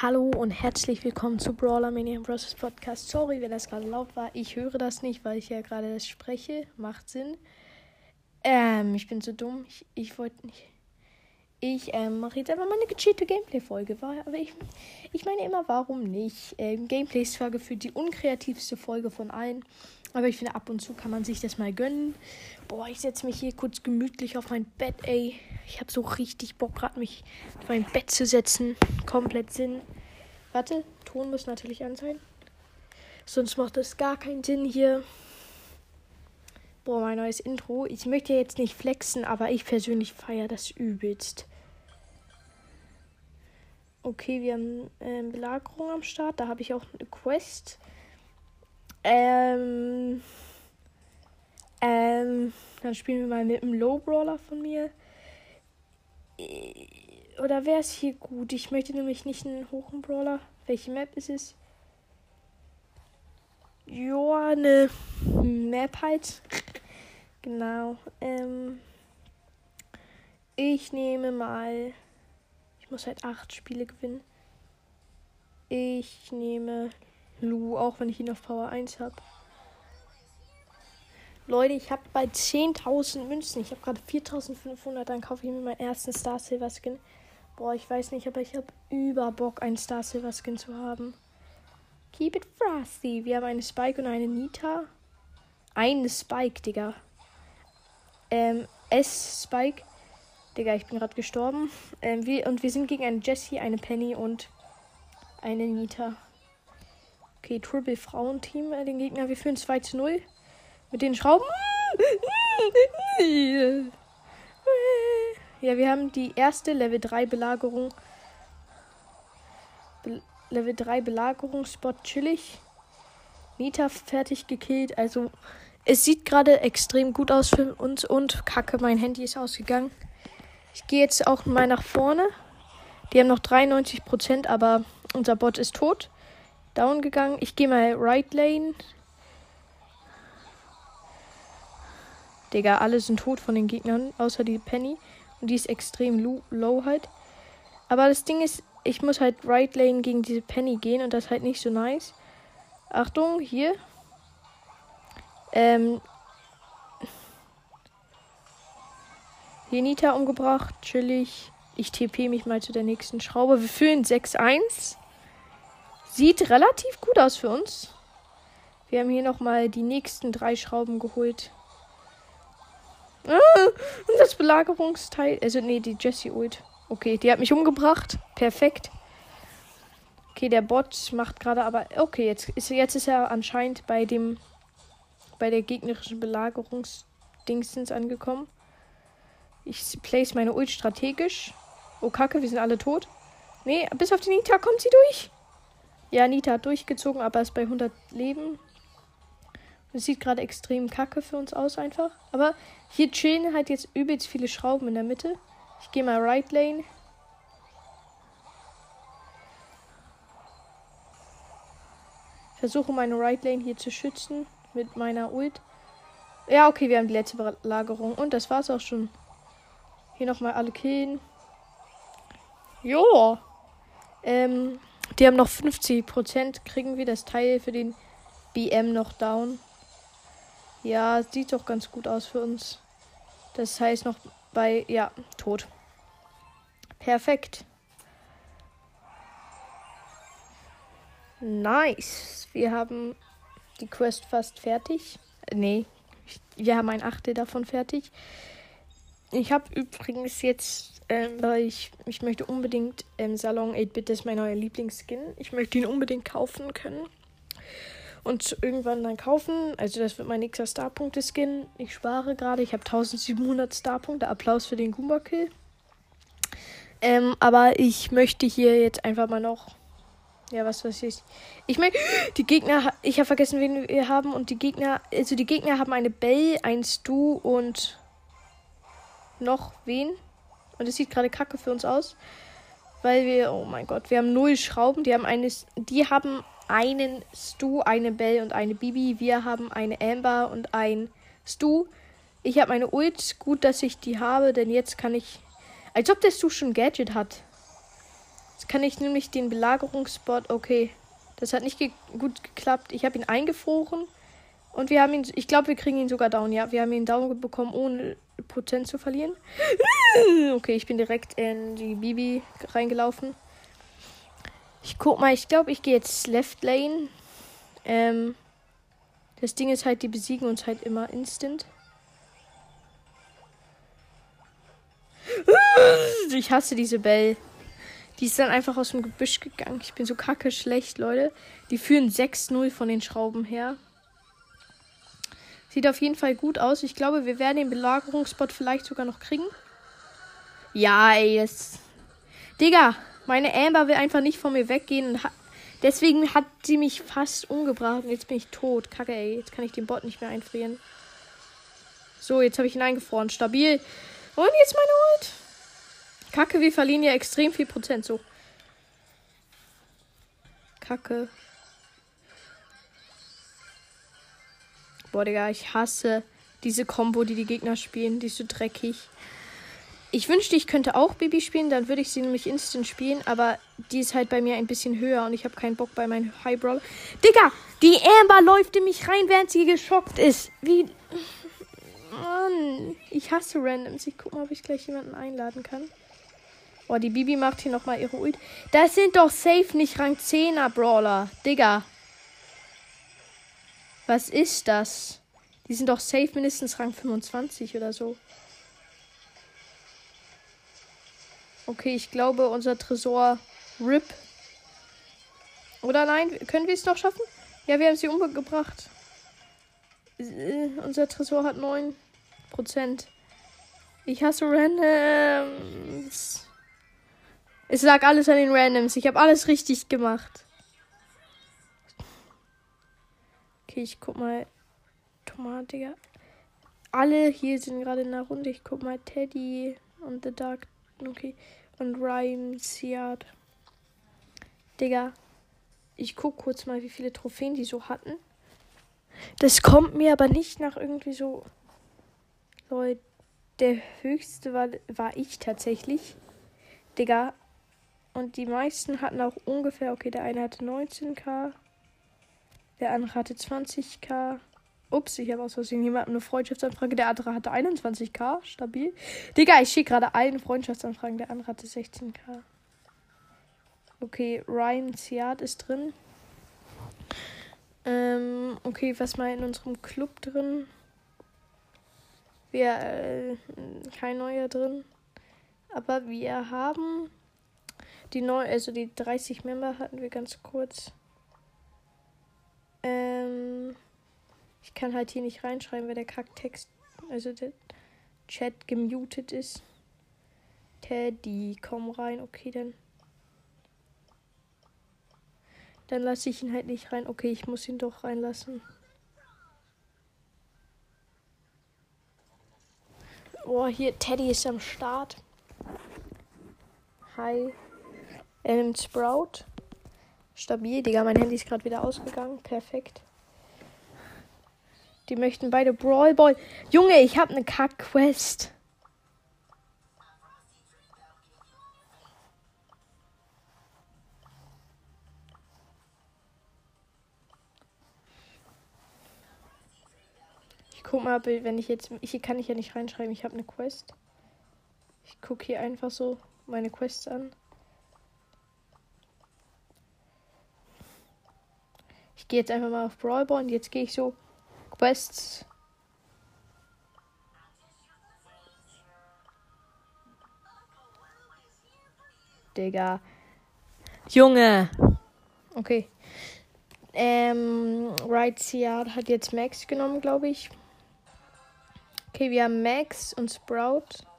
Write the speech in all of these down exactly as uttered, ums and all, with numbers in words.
Hallo und herzlich willkommen zu Brawler Mania Bros. Podcast. Sorry, wenn das gerade laut war. Ich höre das nicht, weil ich ja gerade das spreche. Macht Sinn. Ähm, ich bin so dumm. Ich, ich wollte nicht. Ich ähm, mache jetzt einfach mal eine gechillte Gameplay-Folge. Aber ich, ich meine immer, warum nicht? Ähm, Gameplay ist zwar gefühlt die unkreativste Folge von allen. Aber ich finde, ab und zu kann man sich das mal gönnen. Boah, ich setze mich hier kurz gemütlich auf mein Bett, ey. Ich habe so richtig Bock, gerade mich auf mein Bett zu setzen. Komplett Sinn. Warte, Ton muss natürlich an sein. Sonst macht das gar keinen Sinn hier. Boah, mein neues Intro. Ich möchte jetzt nicht flexen, aber ich persönlich feiere das übelst. Okay, wir haben ähm, Belagerung am Start. Da habe ich auch eine Quest. Ähm... Ähm, dann spielen wir mal mit einem Low-Brawler von mir. Oder wäre es hier gut? Ich möchte nämlich nicht einen hohen Brawler. Welche Map ist es? Joa, eine Map halt. Genau. Ähm, ich nehme mal... Ich muss halt acht Spiele gewinnen. Ich nehme Lu, auch wenn ich ihn auf Power eins habe. Leute, ich habe bei zehntausend Münzen, ich habe gerade viertausendfünfhundert, dann kaufe ich mir meinen ersten Star Silver Skin. Boah, ich weiß nicht, aber ich habe über Bock, einen Star Silver Skin zu haben. Keep it frosty. Wir haben eine Spike und eine Nita. Eine Spike, Digga. Ähm, S-Spike. Digga, ich bin gerade gestorben. Ähm, wir, und wir sind gegen eine Jessie, eine Penny und eine Nita. Okay, Triple Frauenteam, äh, den Gegner. Wir führen zwei zu null. Mit den Schrauben. Ja, wir haben die erste Level drei Belagerung. Be- Level drei Belagerungsspot chillig. Nita fertig gekillt. Also, es sieht gerade extrem gut aus für uns. Und kacke, mein Handy ist ausgegangen. Ich gehe jetzt auch mal nach vorne. Die haben noch dreiundneunzig Prozent, aber unser Bot ist tot. Down gegangen. Ich gehe mal Right Lane. Digga, alle sind tot von den Gegnern, außer die Penny. Und die ist extrem low, low halt. Aber das Ding ist, ich muss halt Right Lane gegen diese Penny gehen und das ist halt nicht so nice. Achtung, hier. Ähm. Hier Nita umgebracht, chillig. Ich T P mich mal zu der nächsten Schraube. Wir führen sechs eins. Sieht relativ gut aus für uns. Wir haben hier nochmal die nächsten drei Schrauben geholt. Ah, und das Belagerungsteil. Also, nee, die Jessie ult. Okay, die hat mich umgebracht. Perfekt. Okay, der Bot macht gerade aber. Okay, jetzt ist, jetzt ist er anscheinend bei dem. Bei der gegnerischen Belagerungsdingsens angekommen. Ich place meine Ult strategisch. Oh, kacke, wir sind alle tot. Nee, bis auf die Nita kommt sie durch. Ja, Nita hat durchgezogen, aber ist bei hundert Leben. Das sieht gerade extrem kacke für uns aus einfach. Aber hier chillen halt jetzt übelst viele Schrauben in der Mitte. Ich gehe mal Right Lane. Versuche meine Right Lane hier zu schützen mit meiner Ult. Ja, okay, wir haben die letzte Belagerung. Und das war's auch schon. Hier nochmal alle killen. Jo. Ähm, die haben noch fünfzig Prozent. Kriegen wir das Teil für den B M noch down. Ja, sieht doch ganz gut aus für uns. Das heißt noch bei, ja, tot. Perfekt. Nice. Wir haben die Quest fast fertig. Nee, wir haben ein Achtel davon fertig. Ich habe übrigens jetzt, ähm, weil ich, ich möchte unbedingt ähm, Salon acht Bit, das ist mein neuer Lieblingsskin. Ich möchte ihn unbedingt kaufen können. Und irgendwann dann kaufen. Also das wird mein nächster Starpunkte-Skin. Ich spare gerade. Ich habe eintausendsiebenhundert Starpunkte. Applaus für den Goomba-Kill. Ähm, aber ich möchte hier jetzt einfach mal noch... Ja, was weiß ich. Ich möchte... Die Gegner... Ich habe vergessen, wen wir haben. Und die Gegner... Also die Gegner haben eine Belle, ein Stu und... Noch wen? Und es sieht gerade kacke für uns aus. Weil wir... Oh mein Gott. Wir haben null Schrauben. Die haben eine... Die haben... einen Stu, eine Belle und eine Bibi. Wir haben eine Amber und ein Stu. Ich habe meine Ult. Gut, dass ich die habe, denn jetzt kann ich... Als ob der Stu schon ein Gadget hat. Jetzt kann ich nämlich den Belagerungsspot... Okay, das hat nicht ge gut geklappt. Ich habe ihn eingefroren. Und wir haben ihn... Ich glaube, wir kriegen ihn sogar down. Ja, wir haben ihn down bekommen, ohne Prozent zu verlieren. Okay, ich bin direkt in die Bibi reingelaufen. Ich guck mal, ich glaube, ich gehe jetzt Left Lane. Ähm, das Ding ist halt, die besiegen uns halt immer instant. Ich hasse diese Belle. Die ist dann einfach aus dem Gebüsch gegangen. Ich bin so kacke schlecht, Leute. Die führen sechs null von den Schrauben her. Sieht auf jeden Fall gut aus. Ich glaube, wir werden den Belagerungsspot vielleicht sogar noch kriegen. Ja, ey, das... Digga, meine Amber will einfach nicht von mir weggehen. Und ha deswegen hat sie mich fast umgebracht. Und jetzt bin ich tot. Kacke, ey. Jetzt kann ich den Bot nicht mehr einfrieren. So, jetzt habe ich ihn eingefroren. Stabil. Und jetzt meine Ult. Kacke, wir verlieren ja extrem viel Prozent. So. Kacke. Boah, Digga, ich hasse diese Combo, die die Gegner spielen. Die ist so dreckig. Ich wünschte, ich könnte auch Bibi spielen. Dann würde ich sie nämlich instant spielen. Aber die ist halt bei mir ein bisschen höher. Und ich habe keinen Bock bei meinem High Brawler. Digga, die Amber läuft in mich rein, während sie geschockt ist. Wie... Mann, ich hasse Randoms. Ich guck mal, ob ich gleich jemanden einladen kann. Oh, die Bibi macht hier nochmal ihre Ult. Das sind doch safe nicht Rang zehner Brawler. Digga. Was ist das? Die sind doch safe mindestens Rang fünfundzwanzig oder so. Okay, ich glaube, unser Tresor R I P. Oder nein? Können wir es doch schaffen? Ja, wir haben sie umgebracht. Äh, unser Tresor hat neun Prozent. Ich hasse Randoms. Es lag alles an den Randoms. Ich habe alles richtig gemacht. Okay, ich guck mal. Thomas, Digga. Alle hier sind gerade in der Runde. Ich guck mal. Teddy und The Dark. Okay. Und Rhyme, Siad. Digga. Ich guck kurz mal, wie viele Trophäen die so hatten. Das kommt mir aber nicht nach irgendwie so... Leute, der höchste war, war ich tatsächlich. Digga. Und die meisten hatten auch ungefähr... Okay, der eine hatte neunzehntausend. Der andere hatte zwanzigtausend. Ups, ich habe aus Versehen jemandem eine Freundschaftsanfrage. Der andere hatte einundzwanzigtausend. Stabil. Digga, ich schicke gerade allen Freundschaftsanfragen. Der andere hatte sechzehntausend. Okay, Ryan Ziad ist drin. Ähm, okay, was mal in unserem Club drin? Wir, äh, kein neuer drin. Aber wir haben die neu, also die dreißig Member hatten wir ganz kurz. Ähm, ich kann halt hier nicht reinschreiben, weil der Kacktext, also der Chat gemutet ist. Teddy, komm rein. Okay, dann. Dann lasse ich ihn halt nicht rein. Okay, ich muss ihn doch reinlassen. Oh, hier, Teddy ist am Start. Hi. Er nimmt Sprout. Stabil, Digga, mein Handy ist gerade wieder ausgegangen. Perfekt. Die möchten beide Brawl Ball. Junge, ich habe eine Kack-Quest. Ich guck mal, wenn ich jetzt... Hier kann ich ja nicht reinschreiben, ich habe eine Quest. Ich gucke hier einfach so meine Quests an. Ich gehe jetzt einfach mal auf Brawl Ball und jetzt gehe ich so Quests. Digga. Junge. Okay. Ähm, Right Seat hat jetzt Max genommen, glaube ich. Okay, wir haben Max und Sprout.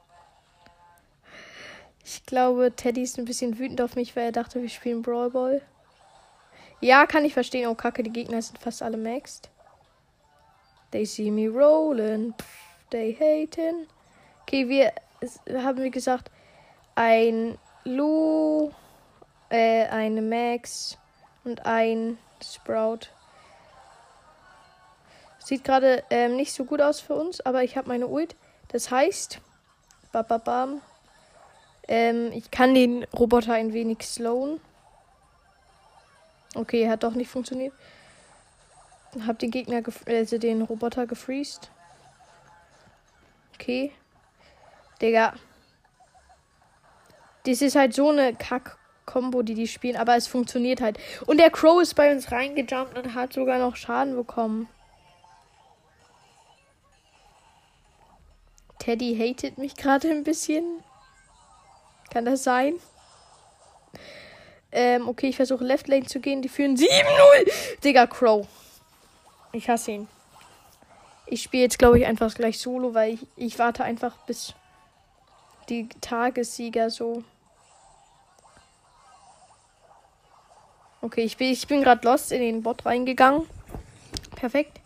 Ich glaube, Teddy ist ein bisschen wütend auf mich, weil er dachte, wir spielen Brawl Ball. Ja, kann ich verstehen. Oh, kacke, die Gegner sind fast alle maxed. They see me rolling. They hating. Okay, wir haben, wie gesagt, ein Lu, äh, eine Max und ein Sprout. Sieht gerade ähm, nicht so gut aus für uns, aber ich habe meine Ult. Das heißt, bababam, Ähm, ich kann den Roboter ein wenig slowen. Okay, hat doch nicht funktioniert. Hab den Gegner, also den Roboter gefreezed. Okay. Digga. Das ist halt so eine Kack-Kombo, die die spielen, aber es funktioniert halt. Und der Crow ist bei uns reingejumpt und hat sogar noch Schaden bekommen. Teddy hatet mich gerade ein bisschen. Kann das sein? Ähm, okay, ich versuche Left Lane zu gehen. Die führen sieben null. Digga, Crow. Ich hasse ihn. Ich spiele jetzt, glaube ich, einfach gleich Solo, weil ich, ich warte einfach bis die Tagessieger so. Okay, ich bin, ich bin gerade lost in den Bot reingegangen. Perfekt.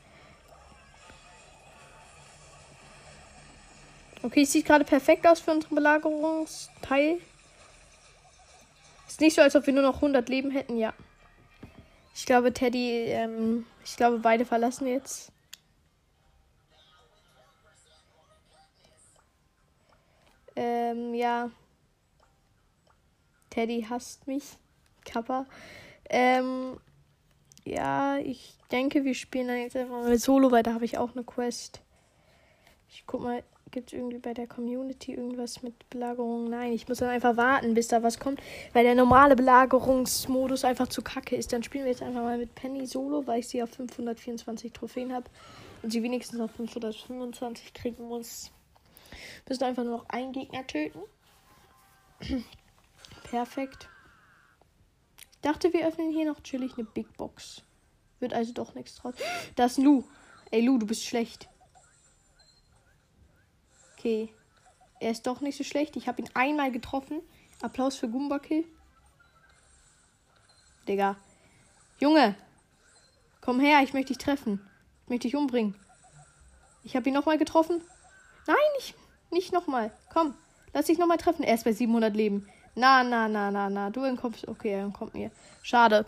Okay, es sieht gerade perfekt aus für unseren Belagerungsteil. Ist nicht so, als ob wir nur noch hundert Leben hätten, ja. Ich glaube, Teddy, ähm, ich glaube, beide verlassen jetzt. Ähm, ja. Teddy hasst mich. Kappa. Ähm, ja, ich denke, wir spielen dann jetzt einfach mal Solo, weil da habe ich auch eine Quest. Ich guck mal, gibt es irgendwie bei der Community irgendwas mit Belagerung? Nein, ich muss dann einfach warten, bis da was kommt, weil der normale Belagerungsmodus einfach zu kacke ist. Dann spielen wir jetzt einfach mal mit Penny Solo, weil ich sie auf fünfhundertvierundzwanzig Trophäen habe und sie wenigstens auf fünfhundertfünfundzwanzig kriegen muss. Wir müssen einfach nur noch einen Gegner töten. Perfekt. Ich dachte, wir öffnen hier noch chillig eine Big Box. Wird also doch nichts draus. Da ist ein Lu. Ey, Lu, du bist schlecht. Okay. Er ist doch nicht so schlecht. Ich habe ihn einmal getroffen. Applaus für Gumbakill. Digga. Junge. Komm her, ich möchte dich treffen. Ich möchte dich umbringen. Ich habe ihn nochmal getroffen. Nein, nicht, nicht nochmal. Komm, lass dich nochmal treffen. Er ist bei siebenhundert Leben. Na, na, na, na, na. Du entkommst. Okay, er kommt mir. Schade.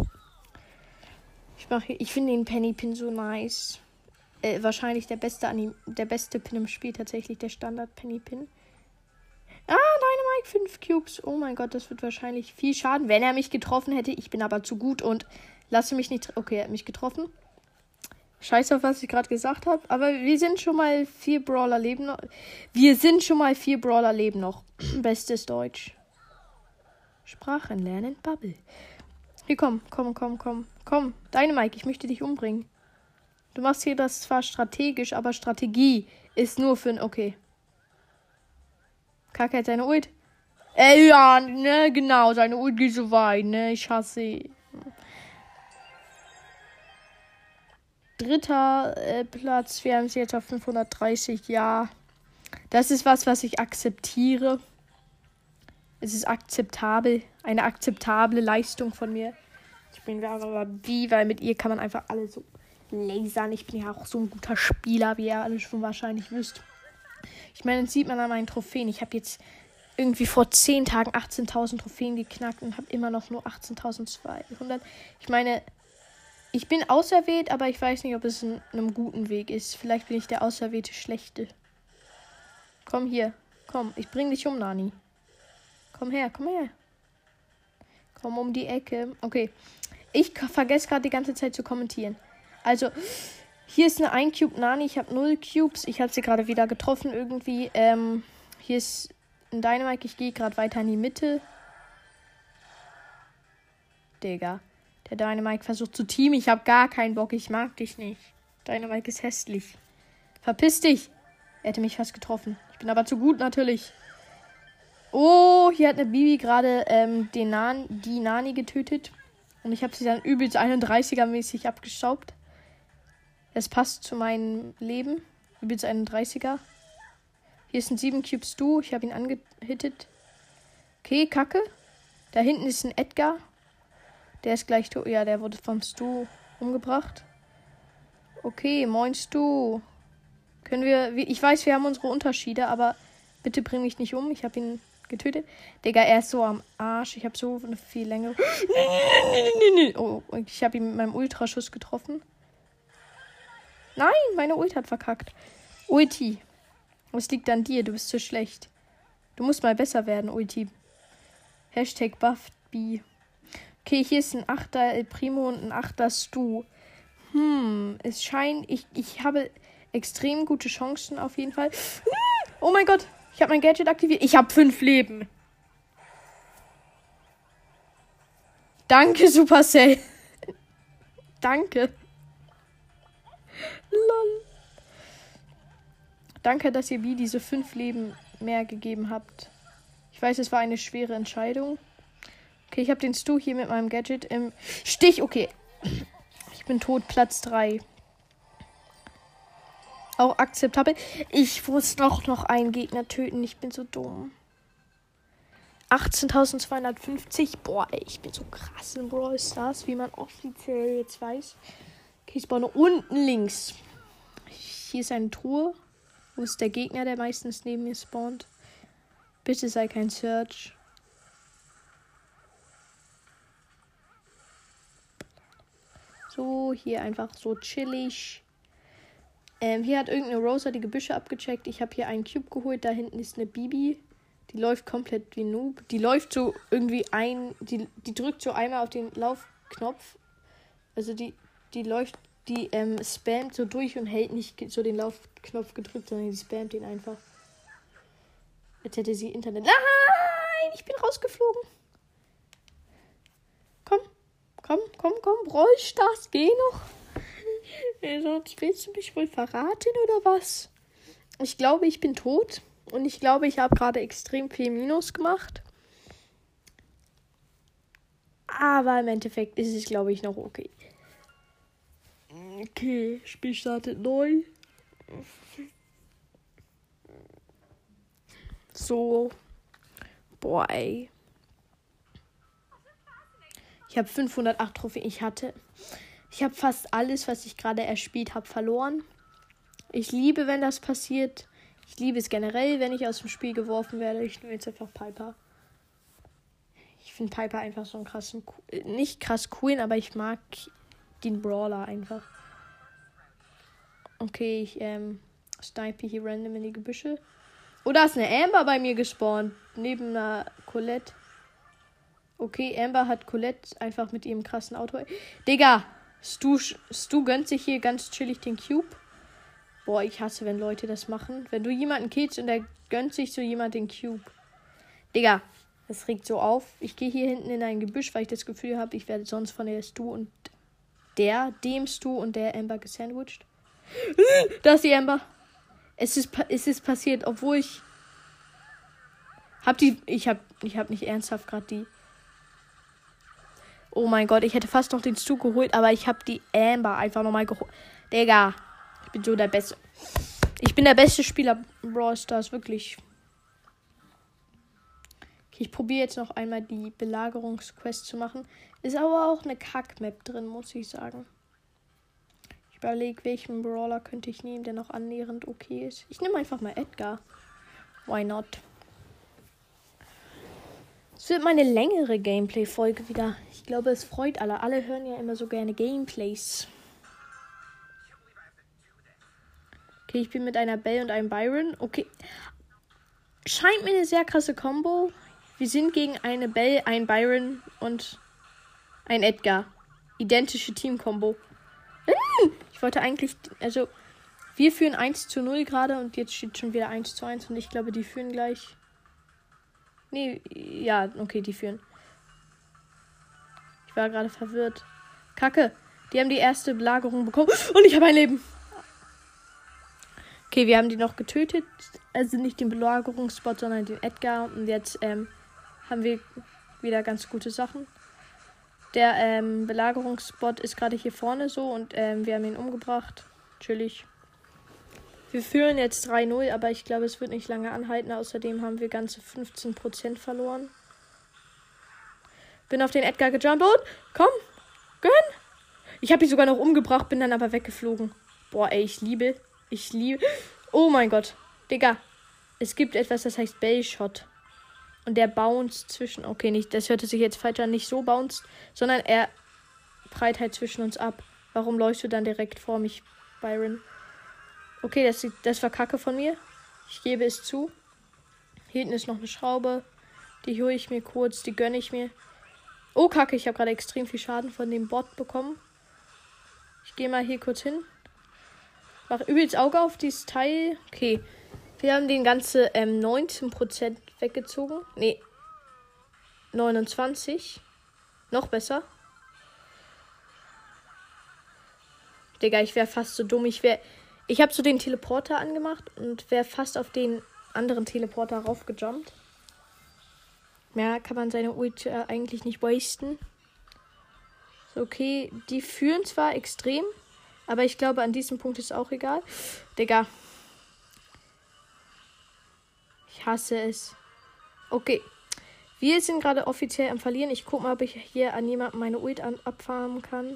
Ich mache, ich finde den Penny Pin so nice. Äh, wahrscheinlich der beste Anim der beste Pin im Spiel, tatsächlich der Standard Penny Pin. Ah, Dynamite, fünf Cubes. Oh mein Gott, das wird wahrscheinlich viel Schaden, wenn er mich getroffen hätte. Ich bin aber zu gut und lasse mich nicht... Okay, er hat mich getroffen. Scheiße, auf was ich gerade gesagt habe. Aber wir sind schon mal vier Brawler leben noch. Wir sind schon mal vier Brawler leben noch. Bestes Deutsch. Sprachen lernen, Bubble. Hier, komm, komm, komm, komm. Komm, Dynamite, ich möchte dich umbringen. Du machst hier das zwar strategisch, aber Strategie ist nur für ein... Okay. Kacke hat seine Ult. Ey, ja, ne, genau, seine Ult geht so weit, ne, ich hasse ihn. Dritter äh, Platz, wir haben es jetzt auf fünfhundertdreißig, ja. Das ist was, was ich akzeptiere. Es ist akzeptabel, eine akzeptable Leistung von mir. Ich bin aber wie, weil mit ihr kann man einfach alle so lasern. Ich bin ja auch so ein guter Spieler, wie ihr alle schon wahrscheinlich wisst. Ich meine, das sieht man an meinen Trophäen. Ich habe jetzt irgendwie vor zehn Tagen achtzehntausend Trophäen geknackt und habe immer noch nur achtzehntausendzweihundert. Ich meine, ich bin auserwählt, aber ich weiß nicht, ob es in einem guten Weg ist. Vielleicht bin ich der auserwählte Schlechte. Komm hier. Komm, ich bring dich um, Nani. Komm her, komm her. Komm um die Ecke. Okay. Ich vergesse gerade die ganze Zeit zu kommentieren. Also, hier ist eine ein Cube Nani. Ich habe null Cubes. Ich habe sie gerade wieder getroffen irgendwie. Ähm, hier ist ein Dynamite. Ich gehe gerade weiter in die Mitte. Digga. Der Dynamite versucht zu teamen. Ich habe gar keinen Bock. Ich mag dich nicht. Dynamite ist hässlich. Verpiss dich. Er hätte mich fast getroffen. Ich bin aber zu gut natürlich. Oh, hier hat eine Bibi gerade ähm, den Nan- die Nani getötet. Und ich habe sie dann übelst einunddreißiger-mäßig abgestaubt. Das passt zu meinem Leben. Übelst einunddreißiger. Hier sind sieben Cubes Stu. Ich habe ihn angehittet. Okay, Kacke. Da hinten ist ein Edgar. Der ist gleich tot. Ja, der wurde vom Stu umgebracht. Okay, moin Stu. Können wir... Ich weiß, wir haben unsere Unterschiede, aber bitte bring mich nicht um. Ich habe ihn getötet. Digga, er ist so am Arsch. Ich habe so eine viel längere... Oh, ich habe ihn mit meinem Ultraschuss getroffen. Nein, meine Ult hat verkackt. Ulti. Was liegt an dir? Du bist zu schlecht. Du musst mal besser werden, Ulti. Hashtag BuffB. Okay, hier ist ein achter El Primo und ein achter Stu. Hm, es scheint, ich, ich habe extrem gute Chancen auf jeden Fall. Oh mein Gott, ich habe mein Gadget aktiviert. Ich habe fünf Leben. Danke, Supercell. Danke. Lol. Danke, dass ihr mir diese fünf Leben mehr gegeben habt. Ich weiß, es war eine schwere Entscheidung. Okay, ich habe den Stu hier mit meinem Gadget im Stich. Okay. Ich bin tot, Platz drei. Auch akzeptabel. Ich muss doch noch einen Gegner töten. Ich bin so dumm. achtzehntausendzweihundertfünfzig. Boah, ey, ich bin so krass in Brawl Stars, wie man offiziell jetzt weiß. Okay, ich spawne unten links. Hier ist eine Truhe. Wo ist der Gegner, der meistens neben mir spawnt? Bitte sei kein Search. So, hier einfach so chillig. Ähm, hier hat irgendeine Rosa die Gebüsche abgecheckt. Ich habe hier einen Cube geholt. Da hinten ist eine Bibi. Die läuft komplett wie Noob. Die läuft so irgendwie ein... Die, die drückt so einmal auf den Laufknopf. Also die, die läuft... Die ähm, spammt so durch und hält nicht so den Laufknopf gedrückt, sondern die spammt ihn einfach. Jetzt hätte sie Internet... Nein! Ich bin rausgeflogen. Komm. Komm, komm, komm. Brawl Stars, geh noch. Sonst willst du mich wohl verraten oder was? Ich glaube, ich bin tot. Und ich glaube, ich habe gerade extrem viel Minus gemacht. Aber im Endeffekt ist es, glaube ich, noch okay. Okay, Spiel startet neu. So. Boah, ey. Ich habe fünfhundertacht Trophäen. Ich hatte... Ich habe fast alles, was ich gerade erspielt habe, verloren. Ich liebe, wenn das passiert. Ich liebe es generell, wenn ich aus dem Spiel geworfen werde. Ich nehme jetzt einfach Piper. Ich finde Piper einfach so einen krassen... Nicht krass coolen, aber ich mag den Brawler einfach. Okay, ich ähm, snipe hier random in die Gebüsche. Oh, da ist eine Amber bei mir gespawnt. Neben einer Colette. Okay, Amber hat Colette einfach mit ihrem krassen Auto. Digga, Stu, Stu gönnt sich hier ganz chillig den Cube. Boah, ich hasse, wenn Leute das machen. Wenn du jemanden killst und der gönnt sich so jemand den Cube. Digga, das regt so auf. Ich gehe hier hinten in ein Gebüsch, weil ich das Gefühl habe, ich werde sonst von der Stu und der, dem Stu und der Amber gesandwiched. Da ist die Amber. Es ist, es ist passiert, obwohl ich... Hab die... Ich hab, ich hab nicht ernsthaft gerade die... Oh mein Gott, ich hätte fast noch den Stu geholt, aber ich habe die Amber einfach nochmal geholt. Digga, ich bin so der Beste. Ich bin der beste Spieler Brawl Stars, wirklich. Okay, ich probiere jetzt noch einmal die Belagerungsquest zu machen. Ist aber auch eine Kack-Map drin, muss ich sagen. Ich überlege, welchen Brawler könnte ich nehmen, der noch annähernd okay ist. Ich nehme einfach mal Edgar. Why not? Es wird meine längere Gameplay-Folge wieder. Ich glaube, es freut alle. Alle hören ja immer so gerne Gameplays. Okay, ich bin mit einer Belle und einem Byron. Okay. Scheint mir eine sehr krasse Combo. Wir sind gegen eine Belle, ein Byron und ein Edgar. Identische Team-Combo. Ich wollte eigentlich... Also, wir führen eins zu null gerade und jetzt steht schon wieder eins zu eins und ich glaube, die führen gleich... Nee, ja, okay, die führen. Ich war gerade verwirrt. Kacke, die haben die erste Belagerung bekommen und ich habe ein Leben. Okay, wir haben die noch getötet. Also nicht den Belagerungsspot, sondern den Edgar. Und jetzt ähm, haben wir wieder ganz gute Sachen. Der ähm, Belagerungsspot ist gerade hier vorne so und ähm, wir haben ihn umgebracht. Chillig. Wir führen jetzt drei null, aber ich glaube, es wird nicht lange anhalten. Außerdem haben wir ganze fünfzehn Prozent verloren. Bin auf den Edgar gejumpt und komm, gönn. Ich habe ihn sogar noch umgebracht, bin dann aber weggeflogen. Boah, ey, ich liebe, ich liebe. Oh mein Gott, Digga. Es gibt etwas, das heißt Bellshot. Und der bounced zwischen, okay, nicht, das hörte sich jetzt falsch an, nicht so bounced, sondern er prallt halt zwischen uns ab. Warum läufst du dann direkt vor mich, Byron? Okay, das, das war Kacke von mir. Ich gebe es zu. Hier hinten ist noch eine Schraube. Die hole ich mir kurz, die gönne ich mir. Oh, Kacke, ich habe gerade extrem viel Schaden von dem Bot bekommen. Ich gehe mal hier kurz hin. Mach übelst Auge auf dieses Teil. Okay. Wir haben den ganze ähm, neunzehn Prozent weggezogen. Nee. neunundzwanzig. Noch besser. Digga, ich wäre fast so dumm. Ich wäre. Ich habe so den Teleporter angemacht und wäre fast auf den anderen Teleporter raufgejumpt. Mehr kann man seine Ult äh, eigentlich nicht wasten. So, okay, die führen zwar extrem, aber ich glaube, an diesem Punkt ist auch egal. Digga. Ich hasse es. Okay. Wir sind gerade offiziell am Verlieren. Ich gucke mal, ob ich hier an jemanden meine Ult an abfarmen kann.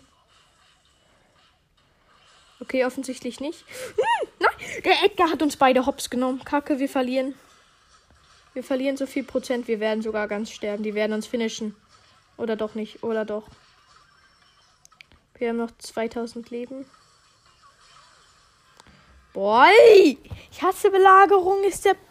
Okay, offensichtlich nicht. Hm, nein, der Edgar hat uns beide hops genommen. Kacke, wir verlieren. Wir verlieren so viel Prozent. Wir werden sogar ganz sterben. Die werden uns finishen. Oder doch nicht. Oder doch. Wir haben noch zweitausend Leben. Boah, ich hasse Belagerung. Ist der...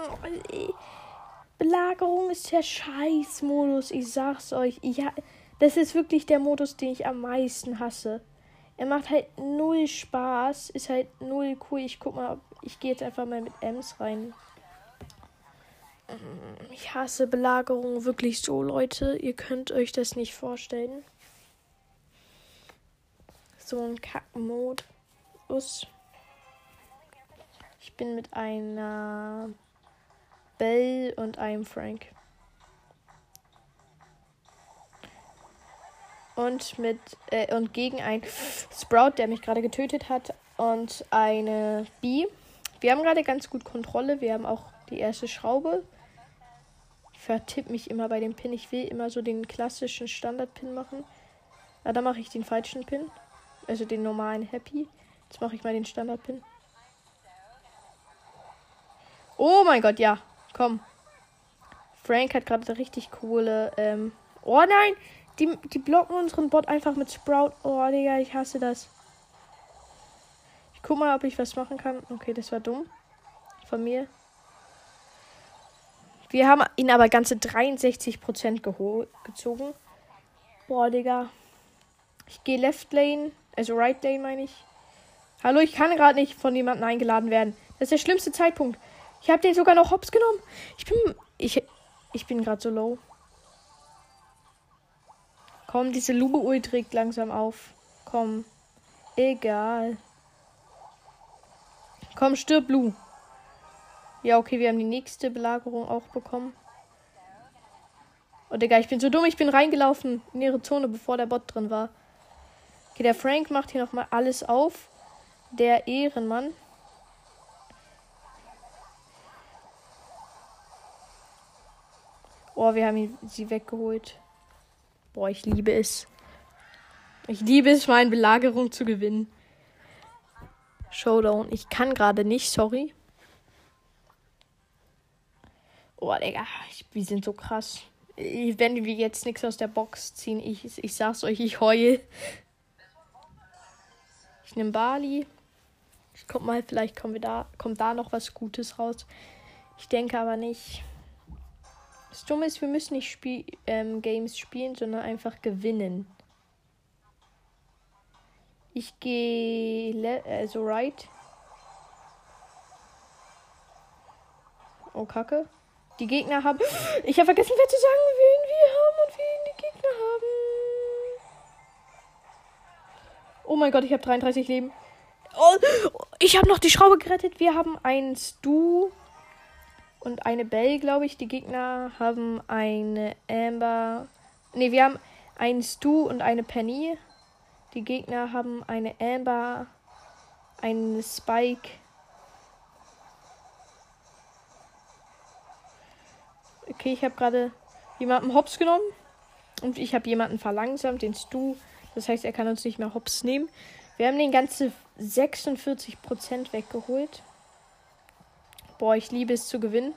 Belagerung ist der Scheißmodus. Ich sag's euch. Ja, das ist wirklich der Modus, den ich am meisten hasse. Er macht halt null Spaß. Ist halt null cool. Ich guck mal, ich gehe jetzt einfach mal mit Ems rein. Ich hasse Belagerung wirklich so, Leute. Ihr könnt euch das nicht vorstellen. So ein Kackmodus. Ich bin mit einer Belle und einem Frank. Und mit äh, und gegen einen Sprout, der mich gerade getötet hat, und eine Bee. Wir haben gerade ganz gut Kontrolle. Wir haben auch die erste Schraube. Ich vertippe mich immer bei dem Pin. Ich will immer so den klassischen Standard-Pin machen. Ah, da mache ich den falschen Pin. Also den normalen Happy. Jetzt mache ich mal den Standard-Pin. Oh mein Gott, ja. Komm. Frank hat gerade richtig coole... Ähm oh nein! Die, die blocken unseren Bot einfach mit Sprout. Oh, Digga, ich hasse das. Ich guck mal, ob ich was machen kann. Okay, das war dumm. Von mir. Wir haben ihn aber ganze dreiundsechzig Prozent gezogen. Boah, Digga. Ich gehe Left Lane. Also Right Lane, meine ich. Hallo, ich kann gerade nicht von jemandem eingeladen werden. Das ist der schlimmste Zeitpunkt. Ich habe den sogar noch hops genommen. Ich bin... Ich, ich bin gerade so low. Komm, diese Lube-Ult regt langsam auf. Komm. Egal. Komm, stirb, Lu. Ja, okay, wir haben die nächste Belagerung auch bekommen. Oh, Digga, ich bin so dumm. Ich bin reingelaufen in ihre Zone, bevor der Bot drin war. Okay, der Frank macht hier nochmal alles auf. Der Ehrenmann. Oh, wir haben ihn, sie weggeholt. Boah, ich liebe es. Ich liebe es, meine Belagerung zu gewinnen. Showdown. Ich kann gerade nicht, sorry. Oh, Digga, ich, wir sind so krass. Ich, wenn wir jetzt nichts aus der Box ziehen, ich, ich sag's euch, ich heule. Ich nehme Bali. Ich guck mal, vielleicht kommen wir da, kommt da noch was Gutes raus. Ich denke aber nicht. Das Dumme ist, wir müssen nicht Spiel, ähm, Games spielen, sondern einfach gewinnen. Ich gehe also right. Oh, Kacke. Die Gegner haben... Ich habe vergessen, wer zu sagen, wen wir haben und wen die Gegner haben. Oh mein Gott, ich habe dreiunddreißig Leben. Oh, ich habe noch die Schraube gerettet. Wir haben einen Stu und eine Belle, glaube ich. Die Gegner haben eine Amber. Ne, wir haben einen Stu und eine Penny. Die Gegner haben eine Amber, einen Spike. Okay, ich habe gerade jemanden hops genommen. Und ich habe jemanden verlangsamt, den Stu. Das heißt, er kann uns nicht mehr hops nehmen. Wir haben den ganzen sechsundvierzig Prozent weggeholt. Boah, ich liebe es zu gewinnen.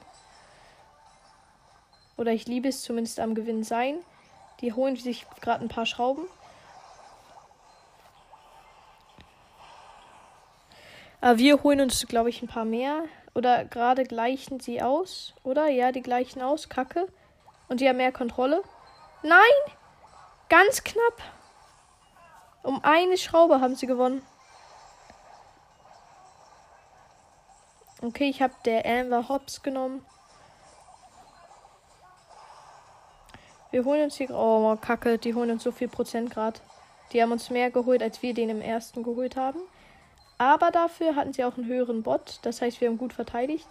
Oder ich liebe es zumindest am Gewinn sein. Die holen sich gerade ein paar Schrauben. Aber wir holen uns, glaube ich, ein paar mehr. Oder gerade gleichen sie aus, oder? Ja, die gleichen aus. Kacke. Und die haben mehr Kontrolle. Nein! Ganz knapp. Um eine Schraube haben sie gewonnen. Okay, ich habe der Amber Hops genommen. Wir holen uns hier... Oh, Kacke. Die holen uns so viel Prozent gerade. Die haben uns mehr geholt, als wir den im ersten geholt haben. Aber dafür hatten sie auch einen höheren Bot. Das heißt, wir haben gut verteidigt.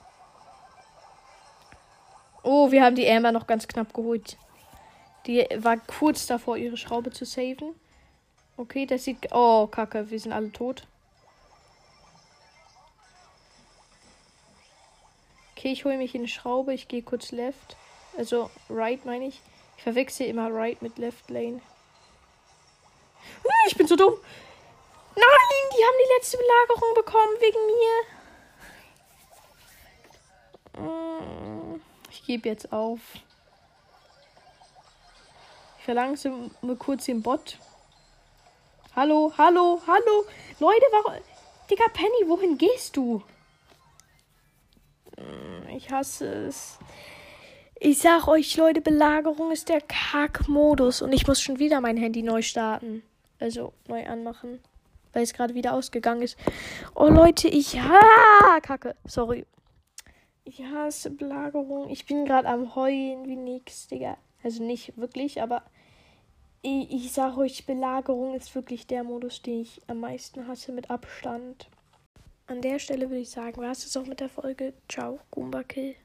Oh, wir haben die Amber noch ganz knapp geholt. Die war kurz davor, ihre Schraube zu saven. Okay, das sieht... Oh, Kacke, wir sind alle tot. Okay, ich hole mich in eine Schraube. Ich gehe kurz left. Also, right meine ich. Ich verwechsel immer right mit left lane. Ich bin so dumm. Nein, die haben die letzte Belagerung bekommen wegen mir. Ich gebe jetzt auf. Ich verlangsame kurz den Bot. Hallo, hallo, hallo. Leute, warum... Digga, Penny, wohin gehst du? Ich hasse es. Ich sag euch, Leute, Belagerung ist der Kack-Modus. Und ich muss schon wieder mein Handy neu starten. Also, neu anmachen. Weil es gerade wieder ausgegangen ist. Oh, Leute, ich... Ha! Kacke, sorry. Ich hasse Belagerung. Ich bin gerade am Heulen wie nix, Digga. Also nicht wirklich, aber... Ich, ich sag euch, Belagerung ist wirklich der Modus, den ich am meisten hasse, mit Abstand. An der Stelle würde ich sagen, war es das auch mit der Folge. Ciao, Goomba Kill.